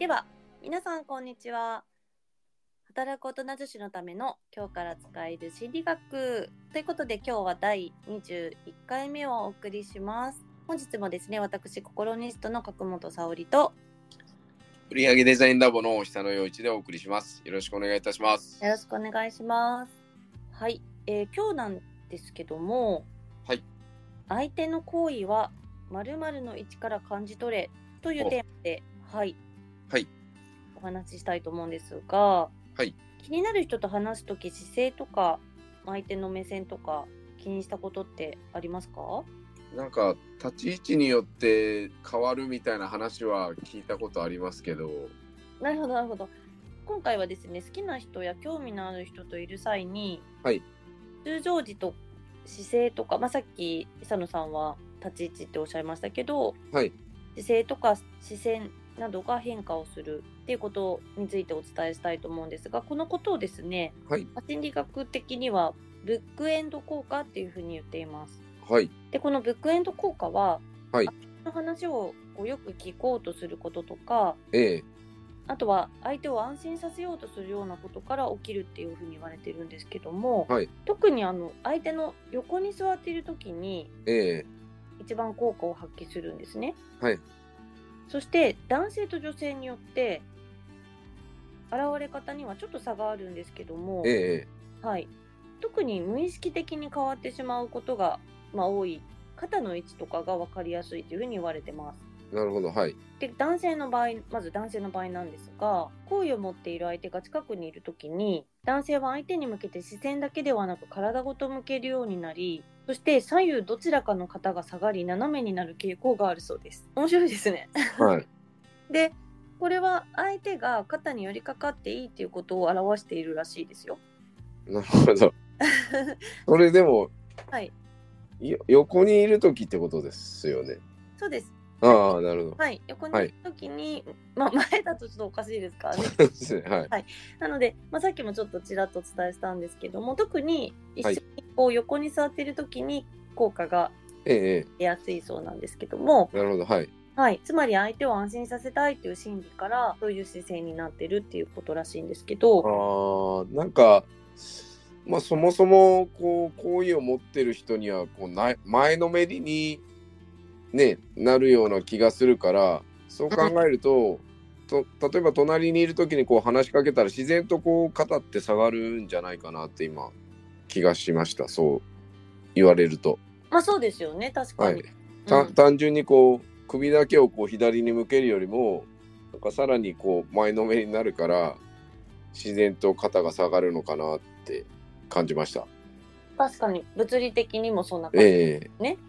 では皆さんこんにちは。働く大人女子のための今日から使える心理学ということで、今日は第21回目をお送りします。本日もですね、私ココロニストの角本沙織と売上デザインラボの久野陽一でお送りします。よろしくお願いいたします。 よろしくお願いします。はい、今日なんですけども、 はい、 相手の行為は〇〇の位置から感じ取れというテーマでお話ししたいと思うんですが、気になる人と話すとき、姿勢とか相手の目線とか気にしたことってありますか？ なんか立ち位置によって変わるみたいな話は聞いたことありますけど。 なるほどなるほど。今回はですね、好きな人や興味のある人といる際に、通常時と姿勢とか、さっき久野さんは立ち位置っておっしゃいましたけど、姿勢とか視線などが変化をするっていうことについてお伝えしたいと思うんですが、このことをですね、心理学的にはブックエンド効果っていうふうに言っています。で、このブックエンド効果は、相手の話をよく聞こうとすることとか、あとは相手を安心させようとするようなことから起きるっていうふうに言われてるんですけども、特に相手の横に座っている時に、一番効果を発揮するんですね。そして男性と女性によって現れ方にはちょっと差があるんですけども、特に無意識的に変わってしまうことが、多い。肩の位置とかが分かりやすいというふうに言われてます。 なるほど。 で、男性の場合、まず男性の場合なんですが、好意を持っている相手が近くにいるときに、男性は相手に向けて視線だけではなく体ごと向けるようになり、そして左右どちらかの肩が下がり斜めになる傾向があるそうです。面白いですね。で、これは相手が肩に寄りかかっていいということを表しているらしいですよ。 なるほど。それでも、横にいるときってことですよね。 そうです。 なるほど。 横にいるときに、前だとちょっとおかしいですからね。なので、さっきもちょっとちらっとお伝えしたんですけども、特に一緒に横に座っているときに効果が出やすいそうなんですけども、 なるほど。 つまり相手を安心させたいという心理からそういう姿勢になってるっていうことらしいんですけど、 なんかそもそも好意を持ってる人には前のめりになるような気がするから、そう考えると、例えば隣にいる時に話しかけたら自然と肩って下がるんじゃないかなって今気がしました。そう言われると。 そうですよね、確かに。 単純に首だけを左に向けるよりも、なんかさらに前のめりになるから自然と肩が下がるのかなって感じました。 確かに物理的にもそんな感じですね。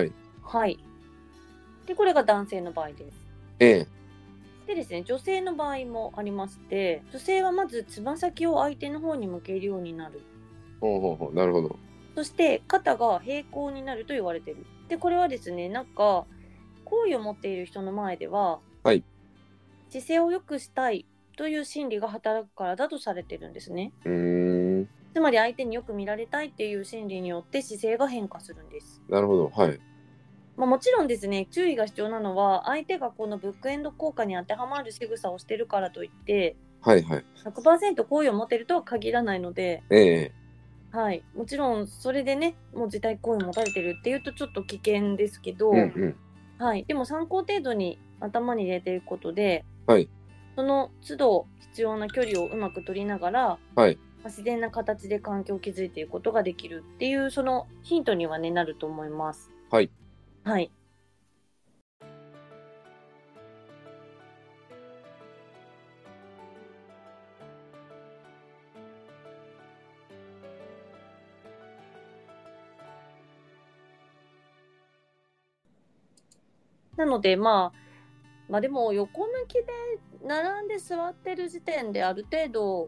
で、これが男性の場合です。でですね、女性の場合もありまして、女性はまずつま先を相手の方に向けるようになる。 なるほど。 そして肩が平行になると言われている。で、これはですね、なんか好意を持っている人の前では、姿勢を良くしたいという心理が働くからだとされてるんですね。つまり相手によく見られたいっていう心理によって姿勢が変化するんです。 なるほど。 もちろんですね、注意が必要なのは、相手がこのブックエンド効果に当てはまる仕草をしてるからといって、100% 好意を持てるとは限らないので、もちろんそれでね、もう絶対好意を持たれてるっていうとちょっと危険ですけど、でも参考程度に頭に入れていくことで、その都度必要な距離をうまく取りながら、自然な形で関係を築いていくことができるっていう、そのヒントにはなると思います。なのででも横向きで並んで座ってる時点である程度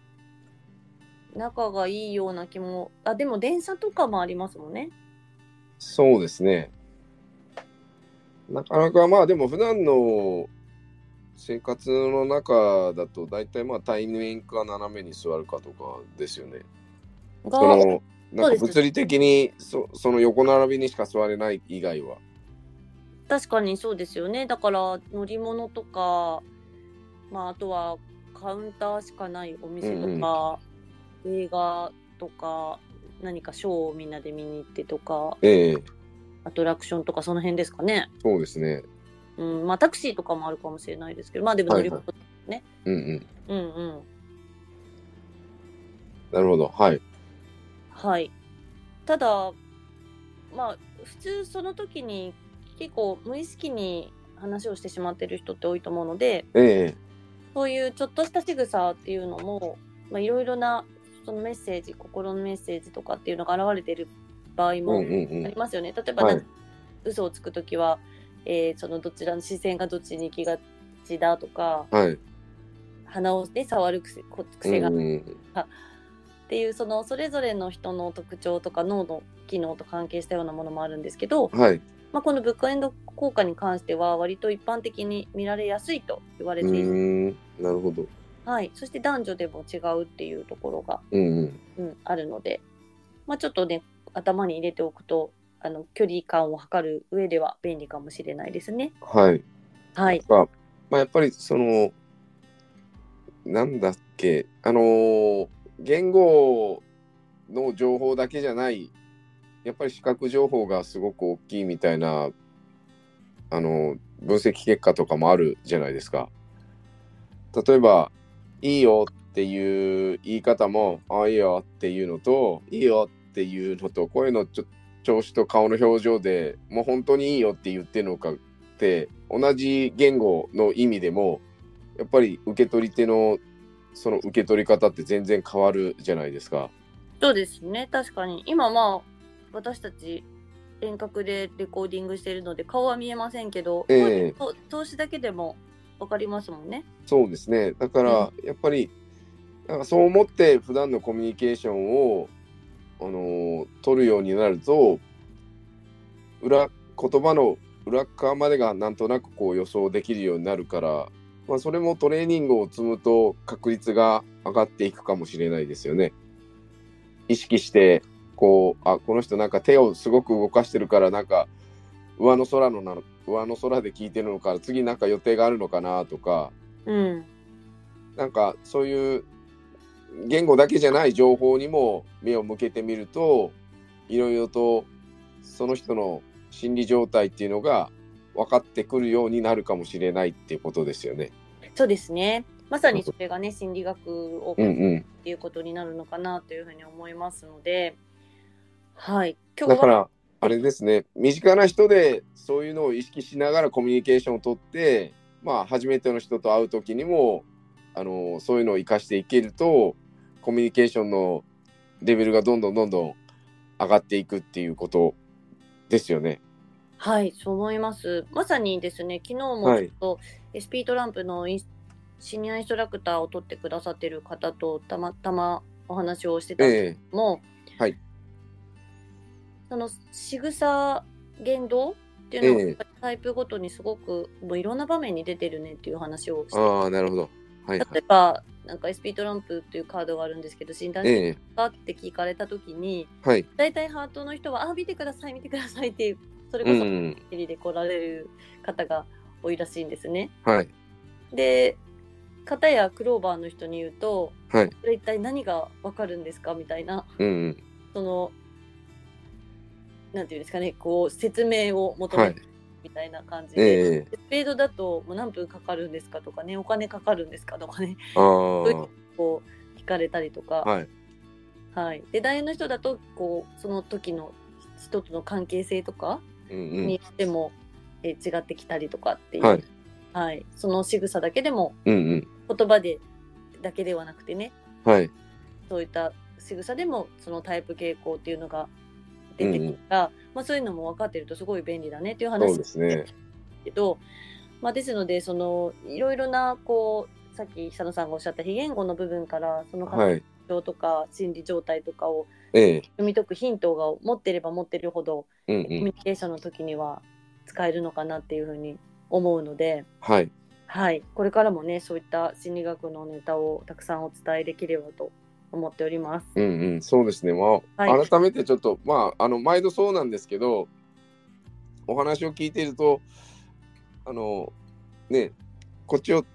仲がいいような気も。でも電車とかもありますもんね。 そうですね。なかなかでも普段の生活の中だと大体対面か斜めに座るかとかですよね。なんか物理的にその横並びにしか座れない以外は。 確かにそうですよね。だから乗り物とかあとはカウンターしかないお店とか、映画とか何かショーをみんなで見に行ってとか、アトラクションとかその辺ですかね。 そうですね。 タクシーとかもあるかもしれないですけど、でも乗り物ですね。 なるほど。はい。 はい。ただ普通その時に結構無意識に話をしてしまってる人って多いと思うので、そういうちょっとした仕草っていうのもいろいろなそのメッセージ、心のメッセージとかっていうのが現れてる場合もありますよね。例えば嘘をつくときは、そのどちらの視線がどっちに行きがちだとか、鼻を触る癖がっていうそれぞれの人の特徴とか脳の機能と関係したようなものもあるんですけど、このブックエンド効果に関しては割と一般的に見られやすいと言われている。 なるほど。 そして男女でも違うっていうところが、あるので、ちょっとね頭に入れておくと距離感を測る上では便利かもしれないですね。 やっぱりなんだっけ言語の情報だけじゃないやっぱり視覚情報がすごく大きいみたいな分析結果とかもあるじゃないですか。例えばいいよっていう言い方もいいよっていうのといいよっていうのと声の調子と顔の表情でもう本当にいいよって言ってるのかって同じ言語の意味でもやっぱり受け取り手のその受け取り方って全然変わるじゃないですか。 そうですね。確かに今私たち遠隔でレコーディングしているので顔は見えませんけど、通しだけでも分かりますもんね。 そうですね。だからやっぱりそう思って普段のコミュニケーションを取るようになると言葉の裏側までがなんとなく予想できるようになるから、それもトレーニングを積むと確率が上がっていくかもしれないですよね。意識してこの人なんか手をすごく動かしてるからなんか上の空で聞いてるのか次なんか予定があるのかなとか、なんかそういう言語だけじゃない情報にも目を向けてみるといろいろとその人の心理状態っていうのが分かってくるようになるかもしれないっていうことですよね。 そうですね。まさにそれがね心理学をっていうことになるのかなというふうに思いますので、今日はだからあれですね、身近な人でそういうのを意識しながらコミュニケーションをとって初めての人と会う時にもそういうのを生かしていけるとコミュニケーションのレベルがどんどん上がっていくっていうことですよね。 そう思います。まさにですね、昨日もちょっと、SP トランプのシニアインストラクターを取ってくださってる方とたまたまお話をしてたんですけども、その仕草言動っていうのがタイプごとにすごくもういろんな場面に出てるねっていう話をして、 なるほど。 例えばなんか SP トランプというカードがあるんですけど、診断してかって聞かれた時に、大体ハートの人は見てくださいっていう、それこそヘリで来られる方が多いらしいんですね。で片やクローバーの人に言うと、それ一体何が分かるんですかみたいな、そのなんていうんですかね、説明を求めるみたいな感じで、スペードだともう何分かかるんですかとかね、お金かかるんですかとかね、聞かれたりとか、でダイヤの人だとその時の人との関係性とかにしても、違ってきたりとかっていう、その仕草だけでも、言葉でだけではなくてね、そういった仕草でもそのタイプ傾向っていうのが出てきたら、そういうのも分かってるとすごい便利だねっていう話ですけど、ですのでいろいろなさっき久野さんがおっしゃった非言語の部分からその感情とか心理状態とかを読み解くヒントが持ってれば持ってるほど、コミュニケーションの時には使えるのかなっていうふうに思うので、これからもねそういった心理学のネタをたくさんお伝えできればと思っております。 そうですね。改めてちょっと毎度そうなんですけど、お話を聞いているとこっちを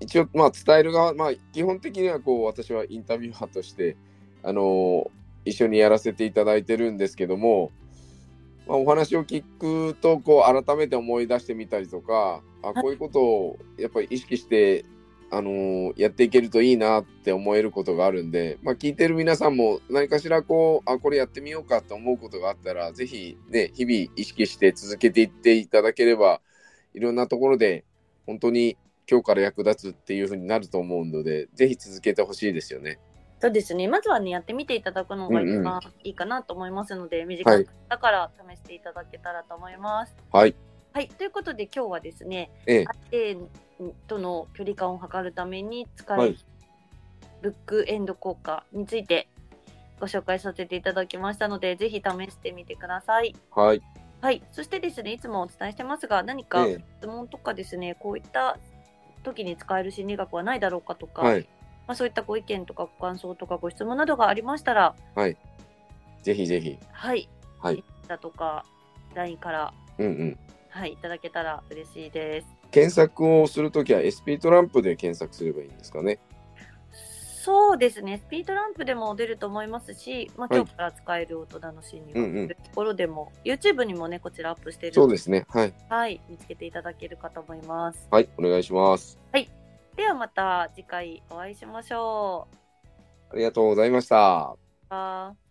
一応伝える側、基本的には私はインタビュアーとして一緒にやらせていただいてるんですけども、お話を聞くと改めて思い出してみたりとか、こういうことをやっぱり意識してやっていけるといいなって思えることがあるんで、聞いてる皆さんも何かしらこれやってみようかと思うことがあったら、ぜひね、日々意識して続けていっていただければ、いろんなところで本当に今日から役立つっていう風になると思うので、ぜひ続けてほしいですよね。 そうですね。まずはね、やってみていただくのが一番いいかなと思いますので、短いだから試していただけたらと思います。 はい。 はい。ということで今日はですね、相手との距離感を測るために使えるブックエンド効果についてご紹介させていただきましたので、ぜひ試してみてください。 はい。 はい。そしてですね、いつもお伝えしてますが、何か質問とかですね、こういった時に使える心理学はないだろうかとか、そういったご意見とかご感想とかご質問などがありましたら、 ぜひぜひ。 はい。インスタとか LINE から、いただけたら嬉しいです。 検索をするときは SP トランプで検索すればいいんですかね。 そうですね。SP トランプでも出ると思いますし、今日から使える大人の心理学というところでも、YouTube にもね、こちらアップしているので、 そうですね。 見つけていただけるかと思います。 はい、お願いします。 はい。ではまた次回お会いしましょう。 ありがとうございました。